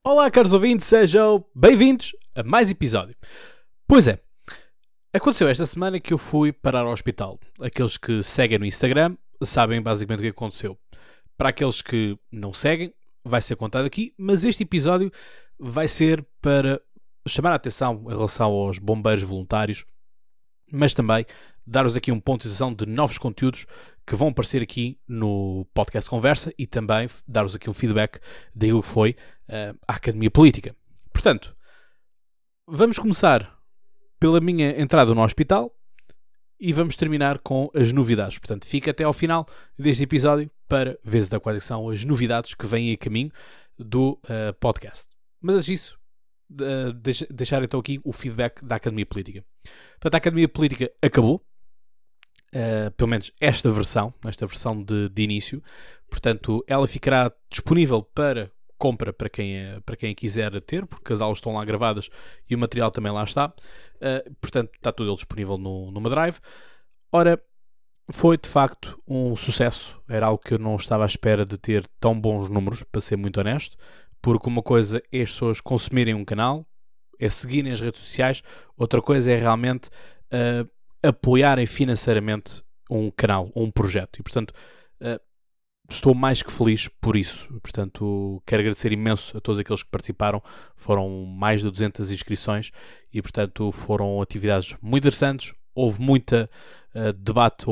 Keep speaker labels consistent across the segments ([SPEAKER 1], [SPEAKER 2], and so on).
[SPEAKER 1] Olá, caros ouvintes, sejam bem-vindos a mais episódio. Pois é, aconteceu esta semana que eu fui parar ao hospital. Aqueles que seguem no Instagram sabem basicamente o que aconteceu. Para aqueles que não seguem, vai ser contado aqui, mas este episódio vai ser para chamar a atenção em relação aos bombeiros voluntários, mas também dar-vos aqui um ponto de atenção de novos conteúdos que vão aparecer aqui no podcast Conversa e também dar-vos aqui um feedback daquilo que foi a Academia Política. Portanto, vamos começar pela minha entrada no hospital e vamos terminar com as novidades. Portanto, fica até ao final deste episódio para ver quais são as novidades que vêm a caminho do podcast. Mas antes disso, deixar então aqui o feedback da Academia Política. Portanto, a Academia Política acabou. Pelo menos esta versão de início. Portanto, ela ficará disponível para compra para quem a quiser ter, porque as aulas estão lá gravadas e o material também lá está. Portanto, está tudo disponível numa drive. Ora, foi de facto um sucesso. Era algo que eu não estava à espera de ter tão bons números, para ser muito honesto, porque uma coisa é as pessoas consumirem um canal, é seguirem as redes sociais, outra coisa é realmente apoiarem financeiramente um canal, um projeto. E, portanto, estou mais que feliz por isso. Portanto, quero agradecer imenso a todos aqueles que participaram. Foram mais de 200 inscrições e, portanto, foram atividades muito interessantes. Houve muito debate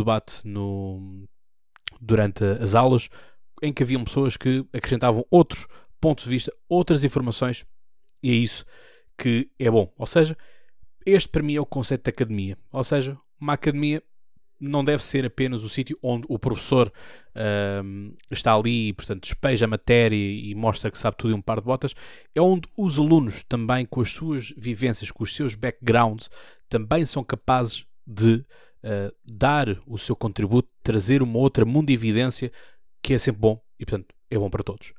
[SPEAKER 1] durante as aulas, em que haviam pessoas que acrescentavam outros pontos de vista, outras informações, e é isso que é bom. Ou seja, este para mim é o conceito da academia. Ou seja, uma academia não deve ser apenas o sítio onde o professor está ali e, portanto, despeja a matéria e mostra que sabe tudo em um par de botas. É onde os alunos também, com as suas vivências, com os seus backgrounds, também são capazes de dar o seu contributo, trazer uma outra mundividência, que é sempre bom e, portanto, é bom para todos.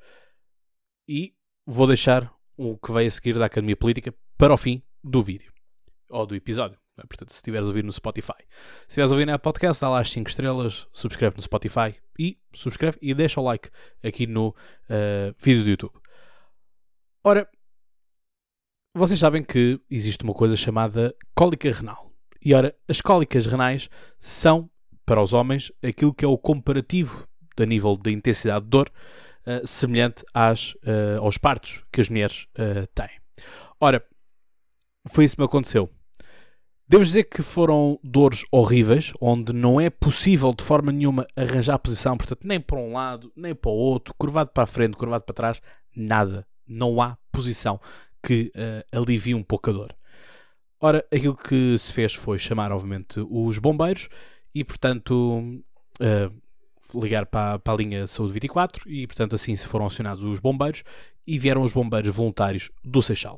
[SPEAKER 1] E vou deixar o que vai a seguir da Academia Política para o fim do vídeo. Ou do episódio. Portanto, se estiveres a ouvir no Spotify. Se estiveres a ouvir na podcast, dá lá as 5 estrelas, subscreve no Spotify e subscreve e deixa o like aqui no vídeo do YouTube. Ora, vocês sabem que existe uma coisa chamada cólica renal. E ora, as cólicas renais são, para os homens, aquilo que é o comparativo a nível de intensidade de dor semelhante aos partos que as mulheres têm. Ora, foi isso que me aconteceu. Devo dizer que foram dores horríveis, onde não é possível de forma nenhuma arranjar a posição, portanto, nem para um lado, nem para o outro, curvado para a frente, curvado para trás, nada. Não há posição que alivie um pouco a dor. Ora, aquilo que se fez foi chamar, obviamente, os bombeiros e, portanto, ligar para a linha Saúde 24 e, portanto, assim se foram acionados os bombeiros e vieram os bombeiros voluntários do Seixal.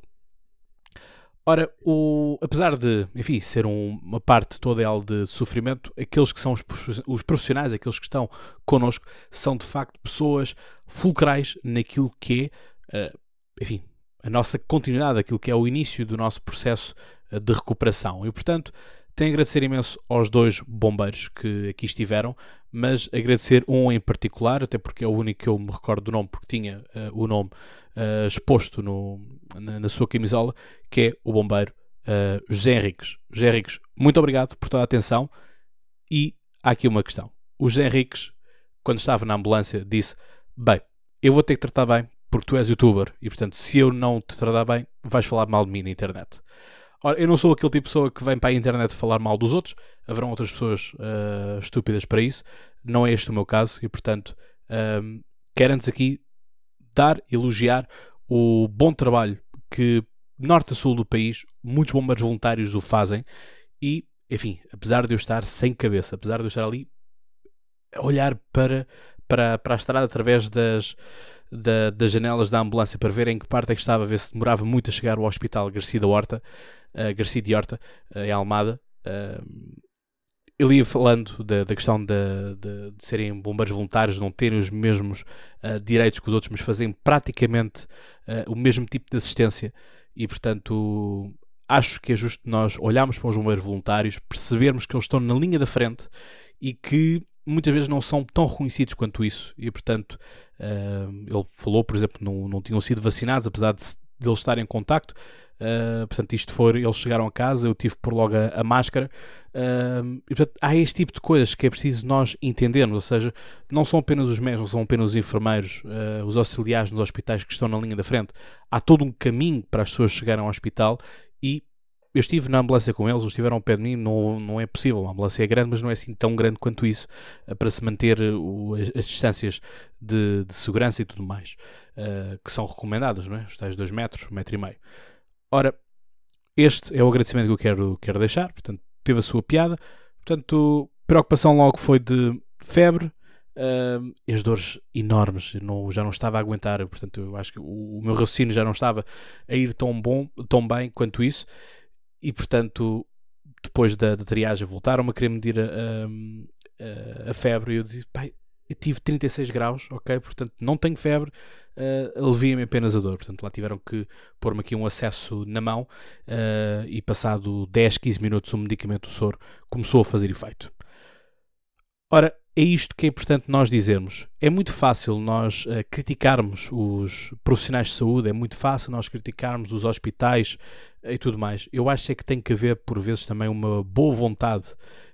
[SPEAKER 1] Ora, apesar de, enfim, ser uma parte toda ela de sofrimento, aqueles que são os profissionais, aqueles que estão connosco, são de facto pessoas fulcrais naquilo que é, enfim, a nossa continuidade, aquilo que é o início do nosso processo de recuperação. E, portanto, tenho a agradecer imenso aos 2 bombeiros que aqui estiveram, mas agradecer um em particular, até porque é o único que eu me recordo do nome, porque tinha o nome exposto na sua camisola, que é o bombeiro José Henriques. José Henriques, muito obrigado por toda a atenção. E há aqui uma questão. O José Henriques, quando estava na ambulância, disse: bem, eu vou ter que tratar bem, porque tu és youtuber, e portanto, se eu não te tratar bem, vais falar mal de mim na internet. Ora, eu não sou aquele tipo de pessoa que vem para a internet falar mal dos outros. Haverão outras pessoas estúpidas para isso. Não é este o meu caso. E, portanto, quero antes aqui elogiar o bom trabalho que, norte a sul do país, muitos bombeiros voluntários o fazem. E, enfim, apesar de eu estar sem cabeça, apesar de eu estar ali a olhar para a estrada através das janelas da ambulância para ver em que parte é que estava, a ver se demorava muito a chegar ao hospital Garcia de Horta, em Almada. Ele ia falando da questão de serem bombeiros voluntários, de não terem os mesmos direitos que os outros, mas fazerem praticamente o mesmo tipo de assistência. E, portanto, acho que é justo nós olharmos para os bombeiros voluntários, percebermos que eles estão na linha da frente e que muitas vezes não são tão reconhecidos quanto isso, e portanto ele falou, por exemplo, não tinham sido vacinados, apesar de eles estarem em contacto. Portanto, eles chegaram a casa, eu tive por logo a máscara, e portanto há este tipo de coisas que é preciso nós entendermos, ou seja, não são apenas os médicos, não são apenas os enfermeiros, os auxiliares nos hospitais que estão na linha da frente, há todo um caminho para as pessoas chegarem ao hospital, e eu estive na ambulância com eles, eles estiveram ao pé de mim, não é possível, a ambulância é grande, mas não é assim tão grande quanto isso, para se manter as distâncias de segurança e tudo mais, que são recomendadas, não é? Os tais 2 metros, 1,5 metro. Ora, este é o agradecimento que eu quero deixar, portanto, teve a sua piada, portanto, preocupação logo foi de febre, e as dores enormes, já não estava a aguentar, portanto, eu acho que o meu raciocínio já não estava a ir tão bem quanto isso, e portanto, depois da triagem voltaram-me a querer medir a febre, e eu disse, pai, eu tive 36 graus, ok, portanto, não tenho febre, alivia-me apenas a dor. Portanto, lá tiveram que pôr-me aqui um acesso na mão, e passado 10, 15 minutos o medicamento, o soro, começou a fazer efeito. Ora, é isto que é importante nós dizermos. É muito fácil nós criticarmos os profissionais de saúde, é muito fácil nós criticarmos os hospitais e tudo mais. Eu acho é que tem que haver, por vezes, também uma boa vontade,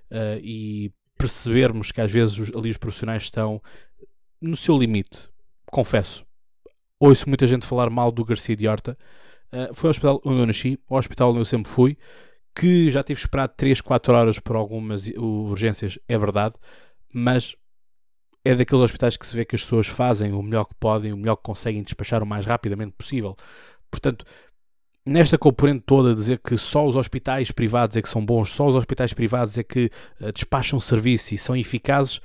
[SPEAKER 1] e percebermos que às vezes ali os profissionais estão no seu limite. Confesso. Ouço muita gente falar mal do Garcia de Horta. Foi ao hospital onde eu nasci, ao hospital onde eu sempre fui, que já tive esperado 3, 4 horas por algumas urgências, é verdade, mas é daqueles hospitais que se vê que as pessoas fazem o melhor que podem, o melhor que conseguem despachar o mais rapidamente possível. Portanto, nesta componente toda, dizer que só os hospitais privados é que são bons, só os hospitais privados é que despacham serviço e são eficazes,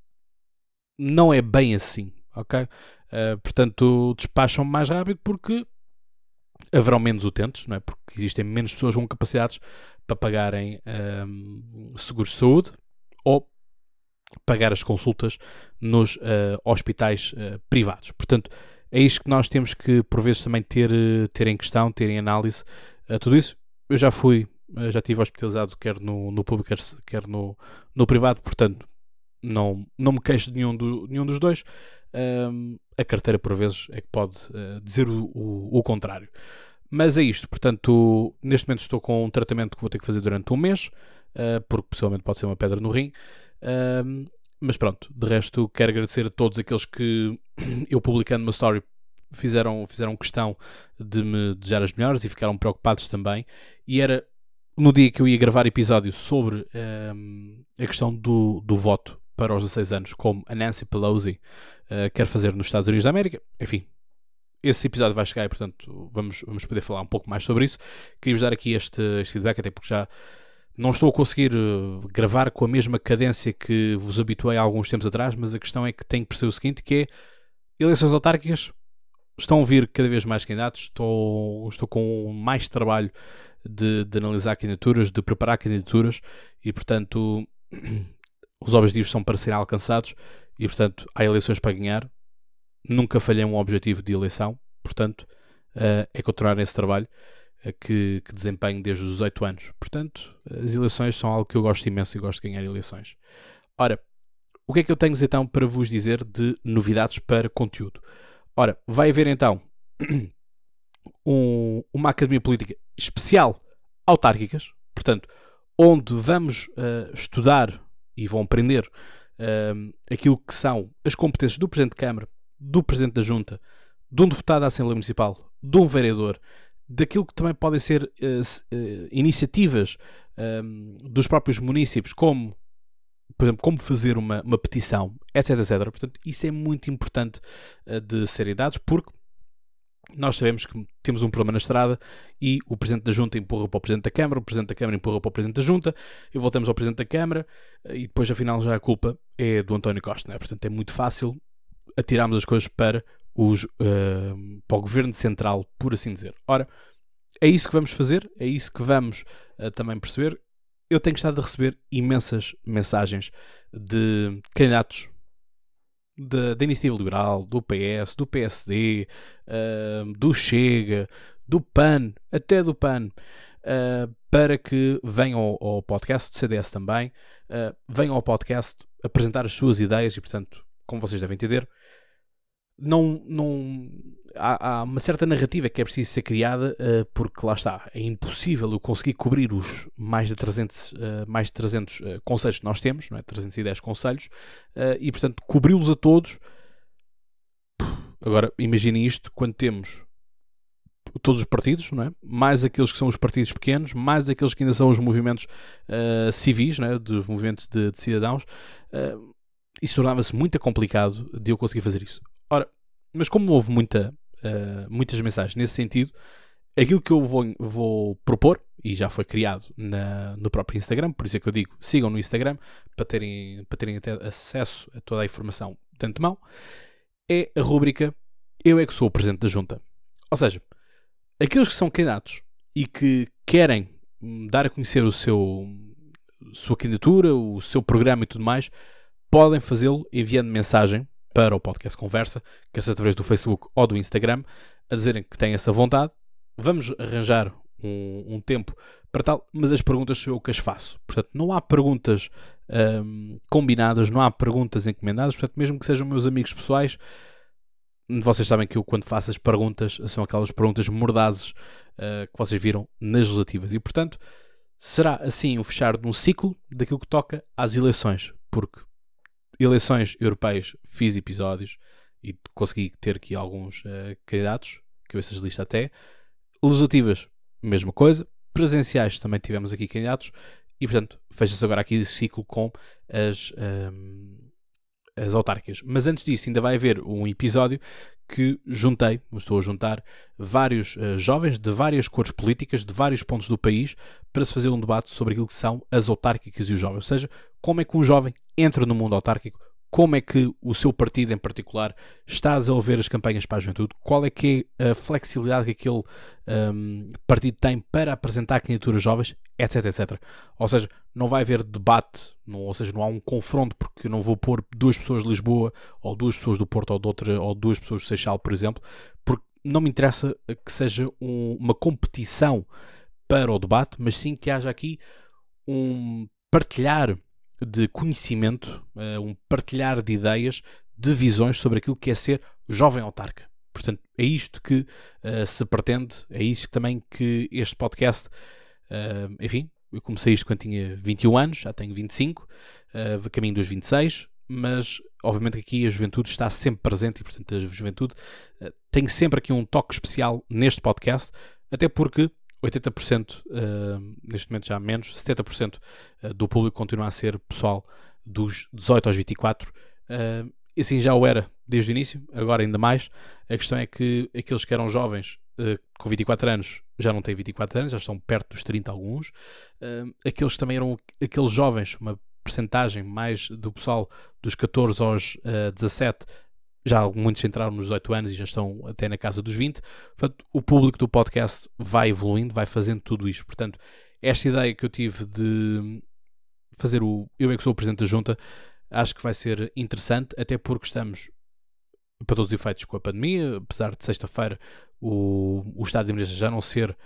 [SPEAKER 1] não é bem assim, ok? Portanto, despacham mais rápido porque haverão menos utentes, não é? Porque existem menos pessoas com capacidades para pagarem seguros de saúde ou pagar as consultas nos hospitais privados. Portanto, é isto que nós temos que, por vezes, também ter em questão, ter em análise tudo isso. Eu já estive hospitalizado quer no público, quer no privado, portanto, não me queixo de nenhum dos dois. A carteira, por vezes, é que pode dizer o contrário. Mas é isto, portanto, neste momento estou com um tratamento que vou ter que fazer durante um mês, porque possivelmente pode ser uma pedra no rim. Mas pronto, de resto quero agradecer a todos aqueles que eu publicando uma story fizeram questão de me desejar as melhores e ficaram preocupados também. E era no dia que eu ia gravar episódio sobre a questão do voto para os 16 anos, como a Nancy Pelosi quer fazer nos Estados Unidos da América. Enfim, esse episódio vai chegar e, portanto, vamos poder falar um pouco mais sobre isso. Queria-vos dar aqui este feedback, até porque já não estou a conseguir gravar com a mesma cadência que vos habituei há alguns tempos atrás, mas a questão é que tenho que perceber o seguinte, que é, eleições autárquicas, estão a vir cada vez mais candidatos, estou com mais trabalho de analisar candidaturas, de preparar candidaturas, e, portanto, os objetivos são para serem alcançados, e, portanto, há eleições para ganhar. Nunca falhei um objetivo de eleição, portanto, é continuar nesse trabalho que desempenho desde os 18 anos. Portanto, as eleições são algo que eu gosto imenso e gosto de ganhar eleições. Ora, o que é que eu tenho então para vos dizer de novidades para conteúdo? Ora, vai haver então uma academia política especial autárquicas, portanto, onde vamos estudar e vão aprender aquilo que são as competências do Presidente de Câmara, do Presidente da Junta, de um deputado da Assembleia Municipal, de um vereador, daquilo que também podem ser iniciativas dos próprios municípios, como, por exemplo, como fazer uma petição, etc, etc. Portanto, isso é muito importante de serem dados, porque nós sabemos que temos um problema na estrada e o Presidente da Junta empurra para o Presidente da Câmara, o Presidente da Câmara empurra para o Presidente da Junta e voltamos ao Presidente da Câmara e depois, afinal, já a culpa é do António Costa, não é? Portanto, é muito fácil atirarmos as coisas para o Governo Central, por assim dizer. Ora, é isso que vamos fazer, é isso que vamos também perceber. Eu tenho estado a receber imensas mensagens de candidatos da Iniciativa Liberal, do PS, do PSD, do Chega, do PAN, até do PAN, para que venham ao podcast, do CDS também, venham ao podcast apresentar as suas ideias e, portanto, como vocês devem entender, há uma certa narrativa que é preciso ser criada, porque lá está, é impossível eu conseguir cobrir os mais de 300 conselhos que nós temos, não é? 310 conselhos, e portanto cobri-los a todos. Agora imaginem isto quando temos todos os partidos, não é? Mais aqueles que são os partidos pequenos, mais aqueles que ainda são os movimentos civis, não é? Dos movimentos de cidadãos. Isso tornava-se muito complicado de eu conseguir fazer isso. Ora, mas como houve muitas mensagens nesse sentido, aquilo que eu vou propor, e já foi criado no próprio Instagram, por isso é que eu digo, sigam no Instagram, para terem até acesso a toda a informação de antemão, é a rúbrica Eu é que sou o Presidente da Junta. Ou seja, aqueles que são candidatos e que querem dar a conhecer sua candidatura, o seu programa e tudo mais, podem fazê-lo enviando mensagem para o Podcast Conversa, quer seja através do Facebook ou do Instagram, a dizerem que têm essa vontade. Vamos arranjar um tempo para tal, mas as perguntas sou eu que as faço. Portanto, não há perguntas combinadas, não há perguntas encomendadas. Portanto, mesmo que sejam meus amigos pessoais, vocês sabem que eu, quando faço as perguntas, são aquelas perguntas mordazes que vocês viram nas legislativas. E, portanto, será assim o fechar de um ciclo daquilo que toca às eleições. Porque eleições europeias fiz episódios e consegui ter aqui alguns candidatos, cabeças de lista até. Legislativas, mesma coisa. Presenciais também tivemos aqui candidatos. E, portanto, fecha-se agora aqui esse ciclo com as autárquicas. Mas antes disso ainda vai haver um episódio que estou a juntar vários jovens de várias cores políticas, de vários pontos do país, para se fazer um debate sobre aquilo que são as autárquicas e os jovens. Ou seja, como é que um jovem entra no mundo autárquico, como é que o seu partido em particular está a desenvolver as campanhas para a juventude, qual é que é a flexibilidade que aquele partido tem para apresentar candidaturas jovens, etc, etc. Ou seja, não vai haver debate, ou seja, não há um confronto, porque não vou pôr 2 pessoas de Lisboa, ou 2 pessoas do Porto, ou 2 pessoas do Seixal, por exemplo, porque não me interessa que seja uma competição para o debate, mas sim que haja aqui um partilhar de conhecimento, um partilhar de ideias, de visões sobre aquilo que é ser jovem autarca. Portanto, é isto que se pretende, é isto também que este podcast, enfim, eu comecei isto quando tinha 21 anos, já tenho 25, a caminho dos 26, mas obviamente aqui a juventude está sempre presente e, portanto, a juventude tem sempre aqui um toque especial neste podcast, até porque 80%, neste momento já menos, 70% do público continua a ser pessoal dos 18 aos 24. E assim já o era desde o início, agora ainda mais. A questão é que aqueles que eram jovens com 24 anos já não têm 24 anos, já estão perto dos 30 alguns. Aqueles que também eram aqueles jovens, uma percentagem mais do pessoal dos 14 aos 17, já muitos entraram nos 18 anos e já estão até na casa dos 20. Portanto, o público do podcast vai evoluindo, vai fazendo tudo isto. Portanto, esta ideia que eu tive de fazer Eu é que sou o Presidente da Junta, acho que vai ser interessante, até porque estamos, para todos os efeitos, com a pandemia, apesar de sexta-feira o estado de emergência já não ser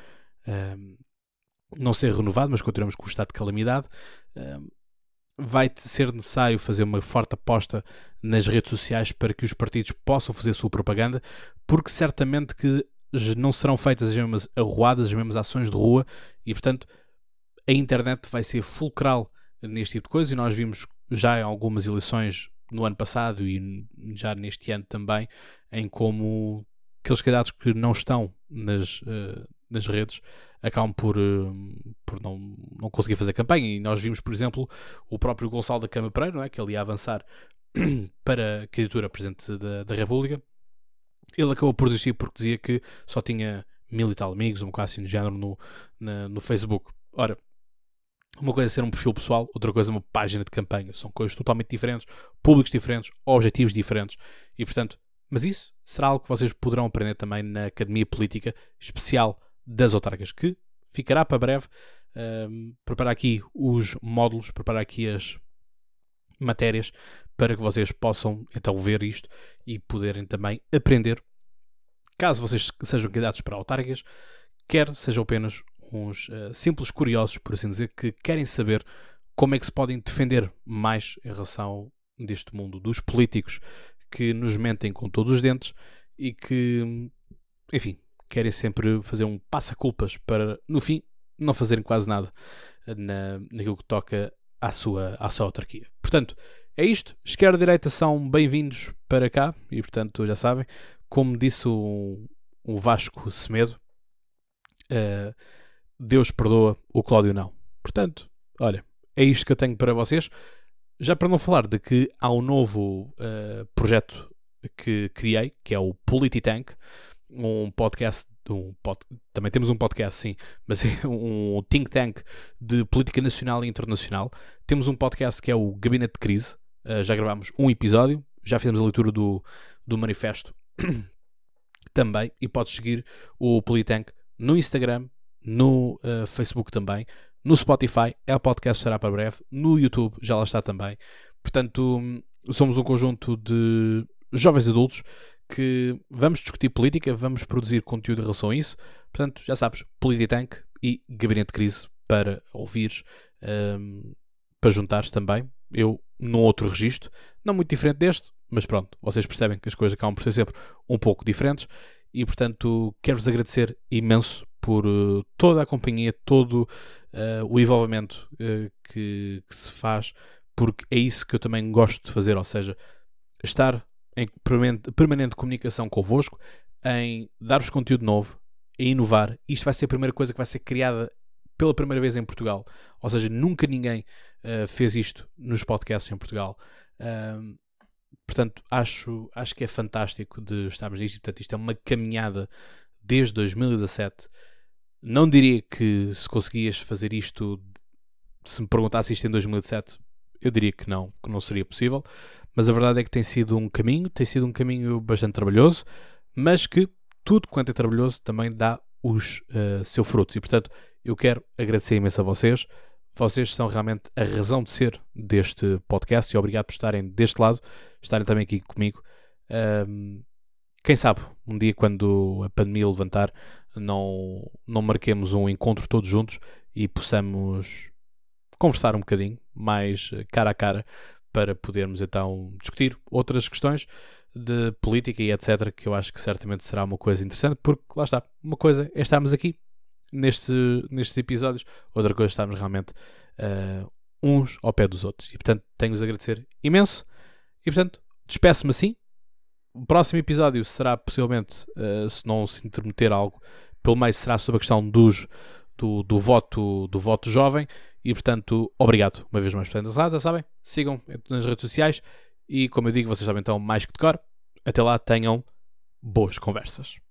[SPEAKER 1] renovado, mas continuamos com o estado de calamidade. Vai ser necessário fazer uma forte aposta nas redes sociais para que os partidos possam fazer a sua propaganda, porque certamente que não serão feitas as mesmas arruadas, as mesmas ações de rua, e portanto a internet vai ser fulcral neste tipo de coisa, e nós vimos já em algumas eleições no ano passado e já neste ano também, em como aqueles candidatos que não estão nas redes acabam por não conseguir fazer campanha. E nós vimos, por exemplo, o próprio Gonçalo da Câmara Pereira, não é? Que ele ia avançar para a candidatura a Presidente da República. Ele acabou por desistir porque dizia que só tinha 1000 e tal amigos, um bocado assim do género no Facebook. Ora, uma coisa é ser um perfil pessoal, outra coisa é uma página de campanha. São coisas totalmente diferentes, públicos diferentes, objetivos diferentes. E, portanto, mas isso será algo que vocês poderão aprender também na Academia Política Especial das Autárquicas, que ficará para breve. Preparar aqui os módulos, preparar aqui as matérias para que vocês possam então ver isto e poderem também aprender, caso vocês sejam candidatos para autárquicas, quer sejam apenas uns simples curiosos, por assim dizer, que querem saber como é que se podem defender mais em relação deste mundo dos políticos que nos mentem com todos os dentes e que, enfim, querem sempre fazer um passa-culpas para, no fim, não fazerem quase nada naquilo que toca à sua autarquia. Portanto, é isto. Esquerda e direita são bem-vindos para cá e, portanto, já sabem, como disse o Vasco Semedo, Deus perdoa, o Cláudio não. Portanto, olha, é isto que eu tenho para vocês. Já para não falar de que há um novo projeto que criei, que é o Polititank, um podcast, também temos um podcast, sim, mas é um think tank de política nacional e internacional. Temos um podcast que é o Gabinete de Crise, já gravámos um episódio, já fizemos a leitura do manifesto também, e podes seguir o Polititank no Instagram, no Facebook também, no Spotify, o podcast será para breve, no YouTube já lá está também. Portanto, somos um conjunto de jovens adultos que vamos discutir política, vamos produzir conteúdo em relação a isso. Portanto, já sabes, Polititank e Gabinete de Crise para ouvires, para juntares também. Eu num outro registro, não muito diferente deste, mas pronto, vocês percebem que as coisas acabam por ser sempre um pouco diferentes. E, portanto, quero-vos agradecer imenso por toda a companhia, todo o envolvimento que se faz, porque é isso que eu também gosto de fazer, ou seja, estar em permanente comunicação convosco, em dar-vos conteúdo novo, a inovar. Isto vai ser a primeira coisa que vai ser criada pela primeira vez em Portugal, ou seja, nunca ninguém fez isto nos podcasts em Portugal. Portanto, acho que é fantástico de estarmos nisto. Portanto, isto é uma caminhada desde 2017. Não diria que se conseguias fazer isto, se me perguntasse isto em 2017, eu diria que não seria possível. Mas a verdade é que tem sido um caminho bastante trabalhoso, mas que tudo quanto é trabalhoso também dá os seus frutos. E, portanto, eu quero agradecer imenso a vocês. Vocês são realmente a razão de ser deste podcast e obrigado por estarem deste lado, estarem também aqui comigo. Quem sabe, um dia quando a pandemia levantar, não marquemos um encontro todos juntos e possamos conversar um bocadinho mais cara a cara para podermos então discutir outras questões de política e etc, que eu acho que certamente será uma coisa interessante, porque lá está, uma coisa é estarmos aqui nestes episódios, outra coisa é estarmos realmente uns ao pé dos outros, e portanto tenho-vos a agradecer imenso, e portanto despeço-me assim. O próximo episódio será possivelmente, se não se intermeter algo pelo meio, será sobre a questão do voto jovem. E portanto, obrigado uma vez mais por terem lá, já sabem, sigam nas redes sociais e, como eu digo, vocês sabem então mais que de cor. Até lá, tenham boas conversas.